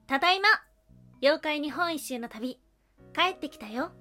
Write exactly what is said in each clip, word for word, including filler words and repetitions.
ただいま、妖怪日本一周の旅帰ってきたよ。ワン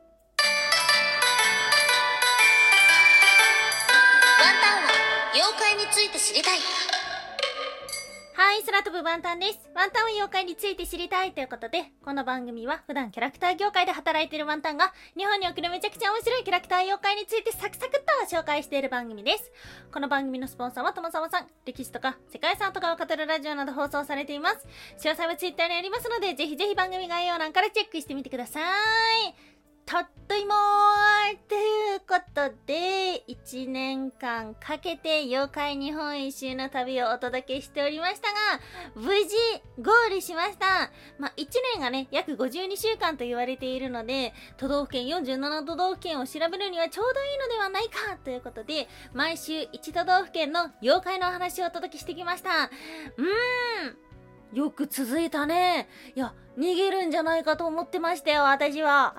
タンは妖怪について知りたい。 はい、空飛ぶワンタンです。ワンタンは妖怪について知りたいということで、この番組は普段キャラクター業界で働いているワンタンが日本におけるめちゃくちゃ面白いキャラクター妖怪についてサクサクっと紹介している番組です。この番組のスポンサーはともさまさん、歴史とか世界遺産とかを語るラジオなど放送されています。詳細はツイッターにありますので、ぜひぜひ番組概要欄からチェックしてみてください。たっといもーということで、いちねんかんかけて妖怪日本一周の旅をお届けしておりましたが、無事ゴールしました。まあ、いちねんがね、約ごじゅうにしゅうかんと言われているので、都道府県よんじゅうなな都道府県を調べるにはちょうどいいのではないかということで、毎週いち都道府県の妖怪のお話をお届けしてきました。うーん。よく続いたね。いや、逃げるんじゃないかと思ってましたよ、私は。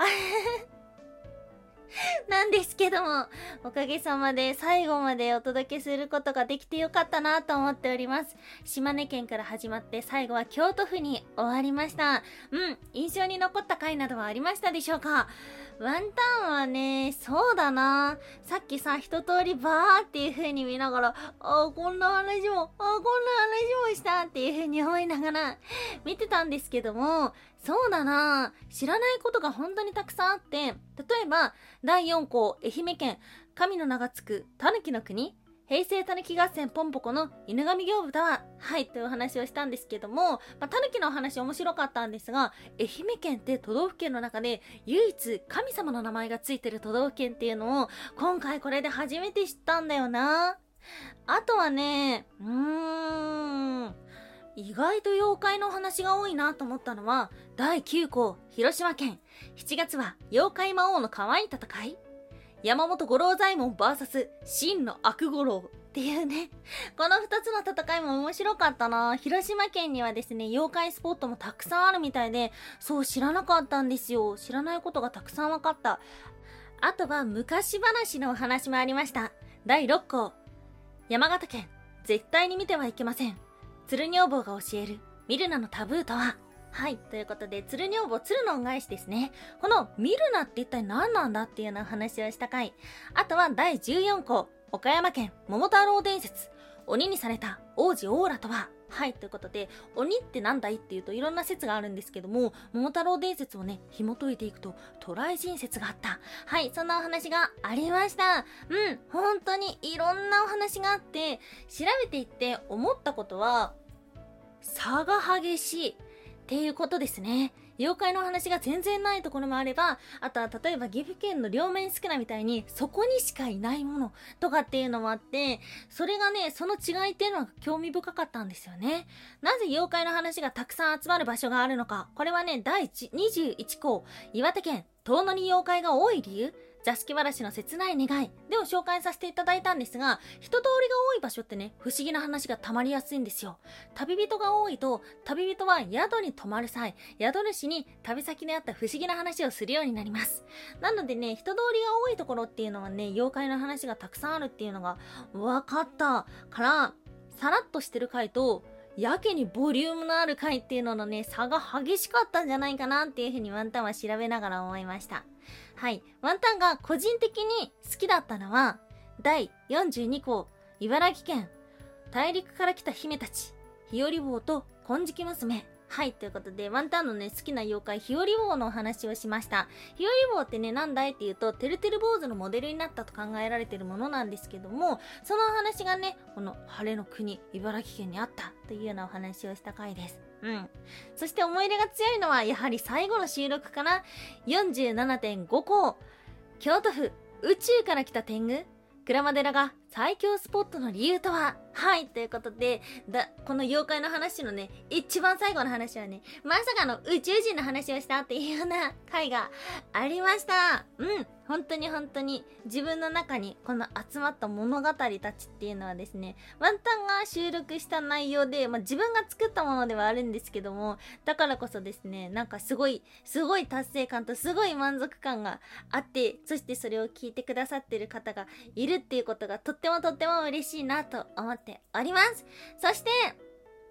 なんですけども、おかげさまで最後までお届けすることができてよかったなと思っております。島根県から始まって最後は京都府に終わりました。うん、印象に残った回などはありましたでしょうか？ワンタンはね、そうだな。さっきさ、一通りバーっていう風に見ながら、あーこんな話も、あーこんな話もしたっていう風に思いながら見てたんですけども、そうだな。知らないことが本当にたくさんあって、例えば、だいよんこう愛媛県神の名がつくたぬきの国平成たぬき合戦ポンポコの犬神行部だわはいというお話をしたんですけども、まあ、たぬきのお話面白かったんですが、愛媛県って都道府県の中で唯一神様の名前がついてる都道府県っていうのを今回これで初めて知ったんだよな。あとはね、うーん意外と妖怪の話が多いなと思ったのはだいきゅうこう広島県しちがつは妖怪魔王の可愛い戦い、山本五郎左衛門 ブイエス 真の悪五郎っていうね、このふたつの戦いも面白かったな。広島県にはですね、妖怪スポットもたくさんあるみたいで、そう知らなかったんですよ。知らないことがたくさん分かった。あとは昔話のお話もありました。だいろっこう山形県絶対に見てはいけません鶴女房が教えるミルナのタブーとは。はい、ということで鶴女房、鶴の恩返しですね。このミルナって一体何なんだっていうような話をした回。あとはだいじゅうよんこう岡山県桃太郎伝説鬼にされた王子オーラとは。はい、ということで、鬼ってなんだいっていうといろんな説があるんですけども、桃太郎伝説をね、紐解いていくと、渡来人説があった。はい、そんなお話がありました。うん、本当にいろんなお話があって、調べていって思ったことは、差が激しいっていうことですね。妖怪の話が全然ないところもあれば、あとは例えば岐阜県の両面宿儺みたいにそこにしかいないものとかっていうのもあって、それがね、その違いっていうのが興味深かったんですよね。なぜ妖怪の話がたくさん集まる場所があるのか。これはね、だいにじゅういっこう岩手県遠野に妖怪が多い理由、座敷わらしの切ない願いでを紹介させていただいたんですが、人通りが多い場所ってね、不思議な話がたまりやすいんですよ。旅人が多いと、旅人は宿に泊まる際、宿主に旅先であった不思議な話をするようになります。なのでね、人通りが多いところっていうのはね、妖怪の話がたくさんあるっていうのが分かったから、さらっとしてる回とやけにボリュームのある回っていうののね、差が激しかったんじゃないかなっていうふうにワンタンは調べながら思いました。はい、ワンタンが個人的に好きだったのはだいよんじゅうにこう茨城県大陸から来た姫たち日和坊と金色娘。はい、ということでワンタンのね、好きな妖怪日和坊のお話をしました。日和坊ってね、なんだいっていうとてるてる坊主のモデルになったと考えられているものなんですけども、そのお話がね、この晴れの国茨城県にあったというようなお話をした回です。うん。そして思い入れが強いのはやはり最後の収録かな。 よんじゅうななてんご 校京都府宇宙から来た天狗鞍馬寺が最強スポットの理由とは。はい、ということで、だ、この妖怪の話のね、一番最後の話はね、まさかの宇宙人の話をしたっていうような回がありました。うん、本当に本当に自分の中にこの集まった物語たちっていうのはですね、ワンタンが収録した内容で、まあ、自分が作ったものではあるんですけども、だからこそですね、なんかすごい、すごい達成感とすごい満足感があって、そしてそれを聞いてくださってる方がいるっていうことがとってもとっても嬉しいなと思っております。そして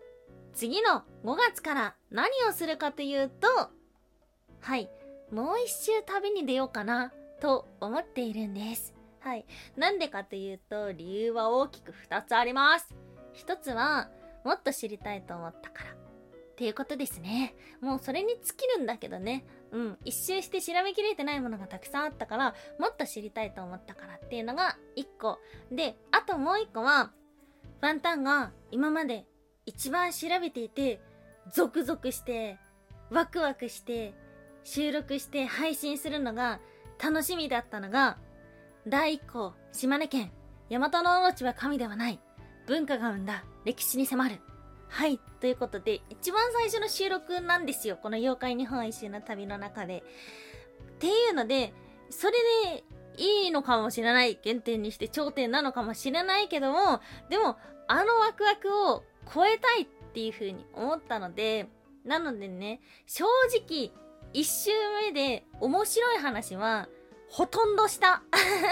次のごがつから何をするかというと、はい、もう一周旅に出ようかなと思っているんです。はい。なんでかというと、理由は大きくふたつあります。ひとつは、もっと知りたいと思ったから。っていうことですね。もうそれに尽きるんだけどね。うん。一周して調べきれてないものがたくさんあったから、もっと知りたいと思ったからっていうのがいっこ。で、あともういっこは、ワンタンが今まで一番調べていて、ゾクゾクして、ワクワクして、収録して配信するのが楽しみだったのが、だいいっこう、島根県、大和のオロチは神ではない。文化が生んだ歴史に迫る。はい。ということで、一番最初の収録なんですよ。この妖怪日本一周の旅の中で。っていうので、それでいいのかもしれない。原点にして頂点なのかもしれないけども、でも、あのワクワクを超えたいっていう風に思ったので、なのでね、正直、一周目で面白い話は、ほとんどした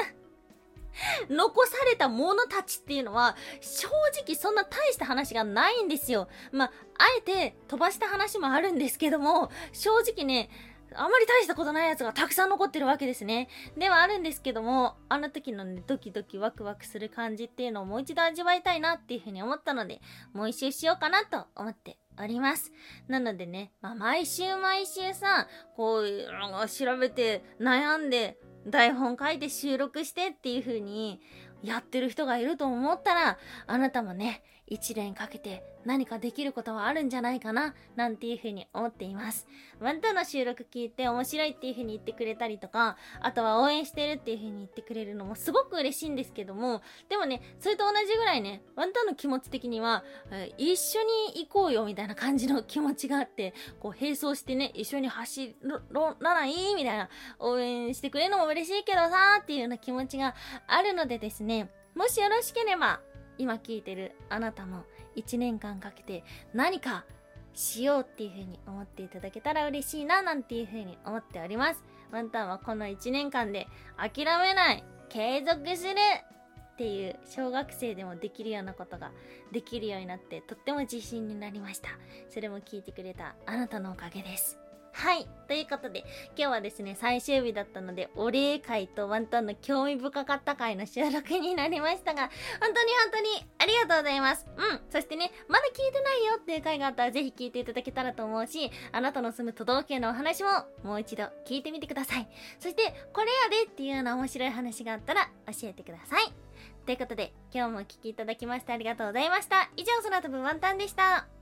残された者たちっていうのは正直そんな大した話がないんですよ。まあ、あえて飛ばした話もあるんですけども、正直ね、あまり大したことないやつがたくさん残ってるわけですね。ではあるんですけども、あの時のね、ドキドキワクワクする感じっていうのをもう一度味わいたいなっていうふうに思ったので、もう一周しようかなと思っております。なのでね、まあ、毎週毎週さ、こう、調べて悩んで、台本書いて収録してっていう風にやってる人がいると思ったら、あなたもね、一年かけて何かできることはあるんじゃないかな、なんていう風に思っています。ワンタンの収録聞いて面白いっていう風に言ってくれたりとか、あとは応援してるっていう風に言ってくれるのもすごく嬉しいんですけども、でもね、それと同じぐらいね、ワンタンの気持ち的には、えー、一緒に行こうよみたいな感じの気持ちがあって、こう並走してね、一緒に走らないみたいな、応援してくれるのも嬉しいけどさーっていうような気持ちがあるのでですね、もしよろしければ、今聞いてるあなたもいちねんかんかけて何かしようっていう風に思っていただけたら嬉しいななんていう風に思っております。ワンタンはこのいちねんかんで諦めない、継続するっていう小学生でもできるようなことができるようになってとっても自信になりました。それも聞いてくれたあなたのおかげです。はい。ということで、今日はですね、最終日だったので、お礼会とワンタンの興味深かった回の収録になりましたが、本当に本当にありがとうございます。うん。そしてね、まだ聞いてないよっていう回があったら、ぜひ聞いていただけたらと思うし、あなたの住む都道府県のお話も、もう一度聞いてみてください。そして、これやでっていうような面白い話があったら、教えてください。ということで、今日もお聞きいただきましてありがとうございました。以上、空飛ぶワンタンでした。